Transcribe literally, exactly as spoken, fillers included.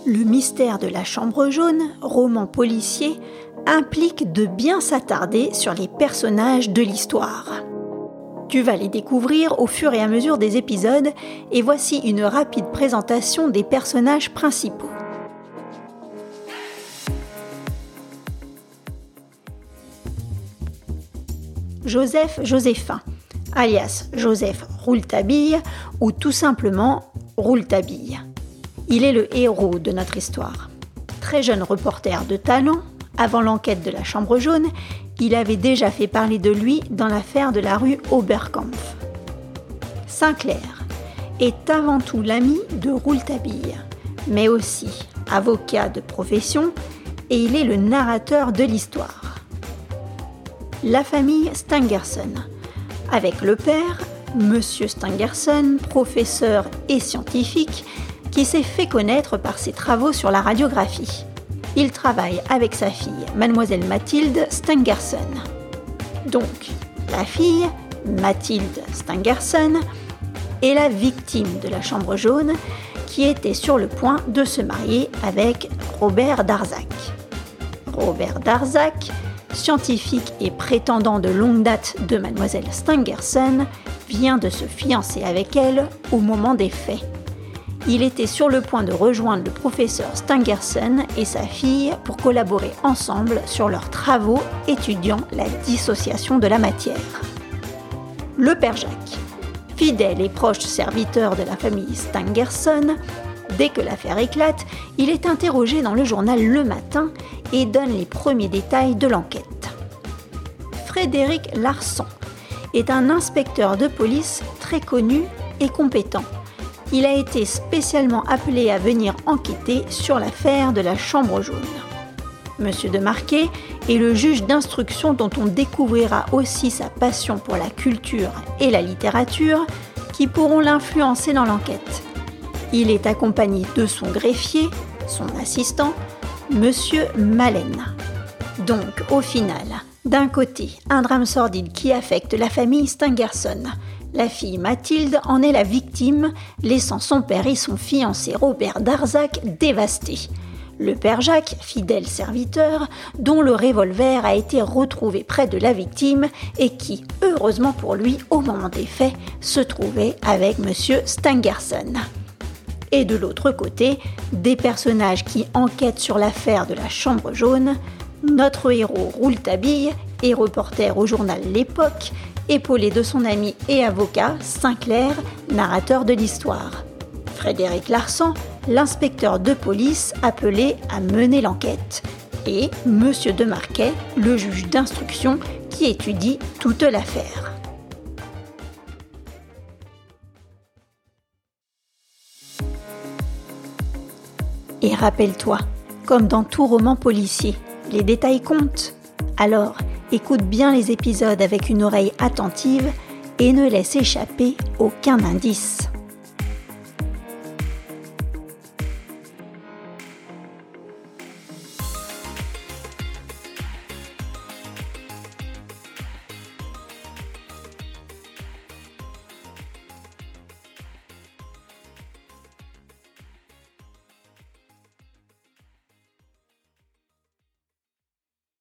Le mystère de la chambre jaune, roman policier, implique de bien s'attarder sur les personnages de l'histoire. Tu vas les découvrir au fur et à mesure des épisodes et voici une rapide présentation des personnages principaux. Joseph Joséphin, alias Joseph Rouletabille ou tout simplement Rouletabille. Il est le héros de notre histoire. Très jeune reporter de talent, avant l'enquête de la Chambre jaune, il avait déjà fait parler de lui dans l'affaire de la rue Oberkampf. Sinclair est avant tout l'ami de Rouletabille, mais aussi avocat de profession et il est le narrateur de l'histoire. La famille Stangerson, avec le père, Monsieur Stangerson, professeur et scientifique, qui s'est fait connaître par ses travaux sur la radiographie. Il travaille avec sa fille, Mademoiselle Mathilde Stangerson. Donc, la fille, Mathilde Stangerson, est la victime de la Chambre jaune qui était sur le point de se marier avec Robert Darzac. Robert Darzac, scientifique et prétendant de longue date de Mademoiselle Stangerson, vient de se fiancer avec elle au moment des faits. Il était sur le point de rejoindre le professeur Stangerson et sa fille pour collaborer ensemble sur leurs travaux étudiant la dissociation de la matière. Le père Jacques, fidèle et proche serviteur de la famille Stangerson, dès que l'affaire éclate, il est interrogé dans le journal Le Matin et donne les premiers détails de l'enquête. Frédéric Larsan est un inspecteur de police très connu et compétent. Il a été spécialement appelé à venir enquêter sur l'affaire de la Chambre jaune. Monsieur de Marquet est le juge d'instruction dont on découvrira aussi sa passion pour la culture et la littérature qui pourront l'influencer dans l'enquête. Il est accompagné de son greffier, son assistant, Monsieur Maleine. Donc, au final, d'un côté, un drame sordide qui affecte la famille Stangerson. La fille Mathilde en est la victime, laissant son père et son fiancé Robert Darzac dévastés. Le père Jacques, fidèle serviteur, dont le revolver a été retrouvé près de la victime et qui, heureusement pour lui, au moment des faits, se trouvait avec Monsieur Stangerson. Et de l'autre côté, des personnages qui enquêtent sur l'affaire de la Chambre jaune, notre héros Rouletabille est reporter au journal L'Époque, épaulé de son ami et avocat Sinclair, narrateur de l'histoire. Frédéric Larsan, l'inspecteur de police appelé à mener l'enquête. Et Monsieur de Marquet, le juge d'instruction qui étudie toute l'affaire. Et rappelle-toi, comme dans tout roman policier, les détails comptent. Alors, écoute bien les épisodes avec une oreille attentive et ne laisse échapper aucun indice.